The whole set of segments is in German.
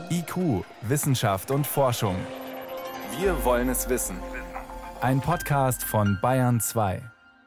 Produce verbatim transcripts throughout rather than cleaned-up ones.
I Q, Wissenschaft und Forschung. Wir wollen es wissen. Ein Podcast von Bayern zwei.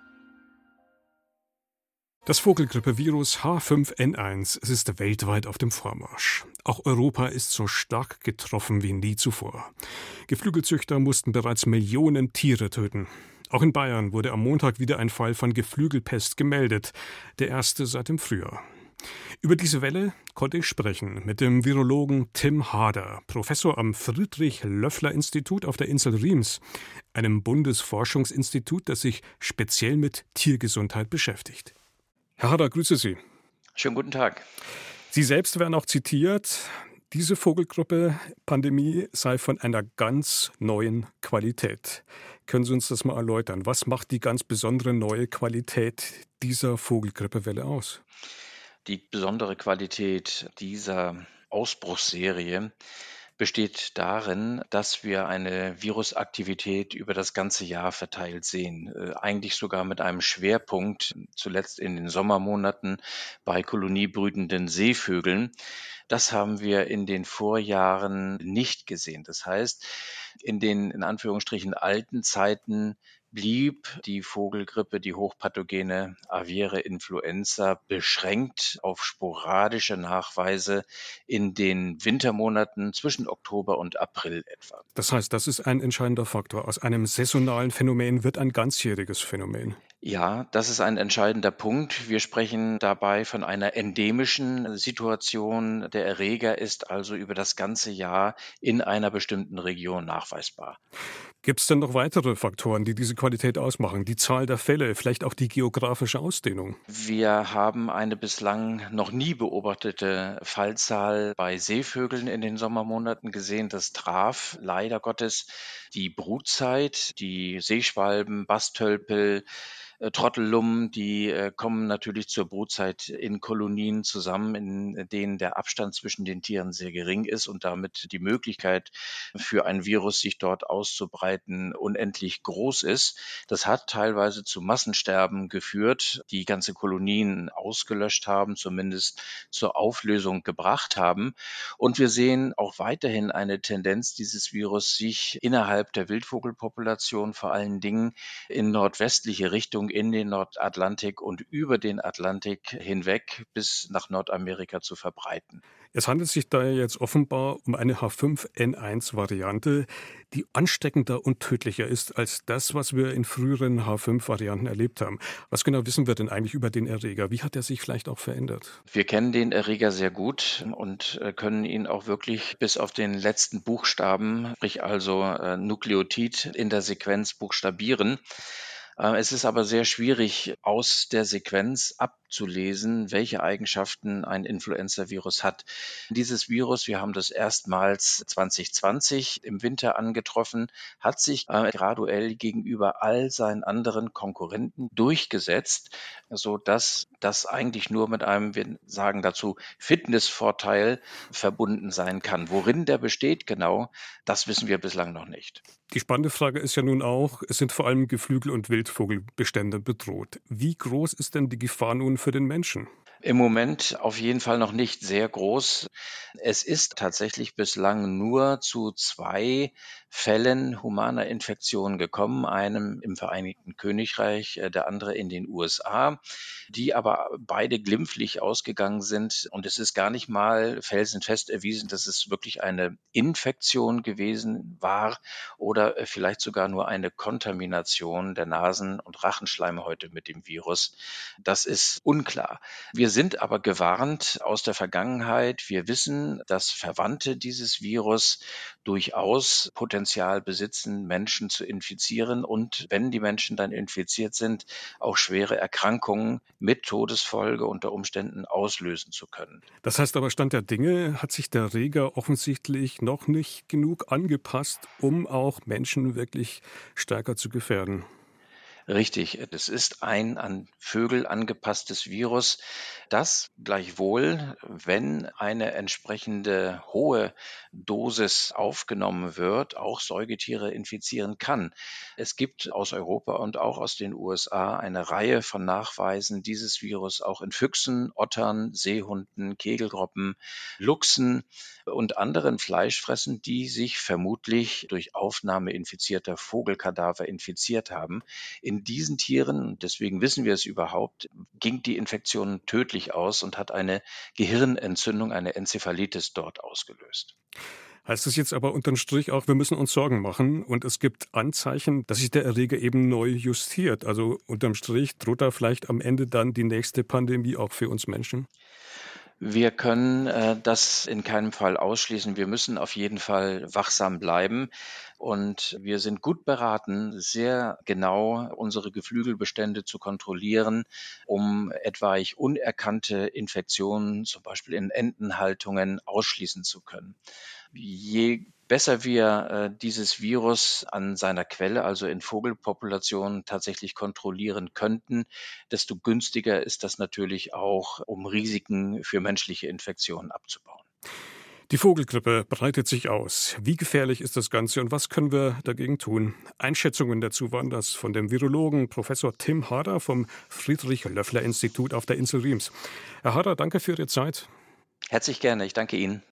Das Vogelgrippevirus H fünf N eins ist weltweit auf dem Vormarsch. Auch Europa ist so stark getroffen wie nie zuvor. Geflügelzüchter mussten bereits Millionen Tiere töten. Auch in Bayern wurde am Montag wieder ein Fall von Geflügelpest gemeldet, der erste seit dem Frühjahr. Über diese Welle konnte ich sprechen mit dem Virologen Tim Hader, Professor am Friedrich-Loeffler-Institut auf der Insel Riems, einem Bundesforschungsinstitut, das sich speziell mit Tiergesundheit beschäftigt. Herr Hader, grüße Sie. Schönen guten Tag. Sie selbst werden auch zitiert, diese Vogelgrippe-Pandemie sei von einer ganz neuen Qualität. Können Sie uns das mal erläutern? Was macht die ganz besondere neue Qualität dieser Vogelgrippewelle aus? Die besondere Qualität dieser Ausbruchsserie besteht darin, dass wir eine Virusaktivität über das ganze Jahr verteilt sehen. Äh, eigentlich sogar mit einem Schwerpunkt, zuletzt in den Sommermonaten bei koloniebrütenden Seevögeln. Das haben wir in den Vorjahren nicht gesehen. Das heißt, in den in Anführungsstrichen alten Zeiten blieb die Vogelgrippe, die hochpathogene aviäre Influenza, beschränkt auf sporadische Nachweise in den Wintermonaten zwischen Oktober und April etwa. Das heißt, das ist ein entscheidender Faktor. Aus einem saisonalen Phänomen wird ein ganzjähriges Phänomen. Ja, das ist ein entscheidender Punkt. Wir sprechen dabei von einer endemischen Situation. Der Erreger ist also über das ganze Jahr in einer bestimmten Region nachweisbar. Gibt es denn noch weitere Faktoren, die diese Qualität ausmachen? Die Zahl der Fälle, vielleicht auch die geografische Ausdehnung? Wir haben eine bislang noch nie beobachtete Fallzahl bei Seevögeln in den Sommermonaten gesehen. Das traf leider Gottes die Brutzeit. Die Seeschwalben, Bastölpel, äh, Trottellummen, die äh, kommen natürlich zur Brutzeit in Kolonien zusammen, in denen der Abstand zwischen den Tieren sehr gering ist und damit die Möglichkeit für ein Virus, sich dort auszubreiten, unendlich groß ist. Das hat teilweise zu Massensterben geführt, die ganze Kolonien ausgelöscht haben, zumindest zur Auflösung gebracht haben. Und wir sehen auch weiterhin eine Tendenz dieses Virus, sich innerhalb der Wildvogelpopulation vor allen Dingen in nordwestliche Richtung, in den Nordatlantik und über den Atlantik hinweg bis nach Nordamerika zu verbreiten. Es handelt sich daher jetzt offenbar um eine H fünf N eins Variante, die ansteckender und tödlicher ist als das, was wir in früheren H fünf Varianten erlebt haben. Was genau wissen wir denn eigentlich über den Erreger? Wie hat er sich vielleicht auch verändert? Wir kennen den Erreger sehr gut und äh, können ihn auch wirklich bis auf den letzten Buchstaben, sprich also äh, Nukleotid in der Sequenz buchstabieren. Äh, Es ist aber sehr schwierig, aus der Sequenz abzulesen, welche Eigenschaften ein Influenza-Virus hat. Dieses Virus, wir haben das erstmals zwanzig zwanzig im Winter angetroffen, hat sich äh, graduell gegenüber all seinen anderen Konkurrenten durchgesetzt, sodass das eigentlich nur mit einem, wir sagen dazu, Fitnessvorteil verbunden sein kann. Worin der besteht genau, das wissen wir bislang noch nicht. Die spannende Frage ist ja nun auch, es sind vor allem Geflügel- und Wildvogelbestände bedroht. Wie groß ist denn die Gefahr nun für den Menschen? Im Moment auf jeden Fall noch nicht sehr groß. Es ist tatsächlich bislang nur zu zwei Fällen humaner Infektion gekommen, einem im Vereinigten Königreich, äh, der andere in den U S A, die aber beide glimpflich ausgegangen sind. Und es ist gar nicht mal felsenfest erwiesen, dass es wirklich eine Infektion gewesen war oder äh, vielleicht sogar nur eine Kontamination der Nasen- und Rachenschleimhäute mit dem Virus. Das ist unklar. Wir sind aber gewarnt aus der Vergangenheit. Wir wissen, dass Verwandte dieses Virus durchaus Potenzial besitzen, Menschen zu infizieren und wenn die Menschen dann infiziert sind, auch schwere Erkrankungen mit Todesfolge unter Umständen auslösen zu können. Das heißt aber, Stand der Dinge hat sich der Erreger offensichtlich noch nicht genug angepasst, um auch Menschen wirklich stärker zu gefährden. Richtig, es ist ein an Vögel angepasstes Virus, das gleichwohl, wenn eine entsprechende hohe Dosis aufgenommen wird, auch Säugetiere infizieren kann. Es gibt aus Europa und auch aus den U S A eine Reihe von Nachweisen dieses Virus auch in Füchsen, Ottern, Seehunden, Kegelrobben, Luchsen und anderen Fleischfressern, die sich vermutlich durch Aufnahme infizierter Vogelkadaver infiziert haben. In diesen Tieren, und deswegen wissen wir es überhaupt, ging die Infektion tödlich aus und hat eine Gehirnentzündung, eine Enzephalitis dort ausgelöst. Heißt das jetzt aber unterm Strich auch, wir müssen uns Sorgen machen und es gibt Anzeichen, dass sich der Erreger eben neu justiert? Also unterm Strich droht da vielleicht am Ende dann die nächste Pandemie auch für uns Menschen? Wir können äh, das in keinem Fall ausschließen. Wir müssen auf jeden Fall wachsam bleiben und wir sind gut beraten, sehr genau unsere Geflügelbestände zu kontrollieren, um etwaig unerkannte Infektionen, zum Beispiel in Entenhaltungen, ausschließen zu können. Je besser wir äh, dieses Virus an seiner Quelle, also in Vogelpopulationen, tatsächlich kontrollieren könnten, desto günstiger ist das natürlich auch, um Risiken für menschliche Infektionen abzubauen. Die Vogelgrippe breitet sich aus. Wie gefährlich ist das Ganze und was können wir dagegen tun? Einschätzungen dazu waren das von dem Virologen Professor Tim Harrer vom Friedrich-Löffler-Institut auf der Insel Riems. Herr Harrer, danke für Ihre Zeit. Herzlich gerne, ich danke Ihnen.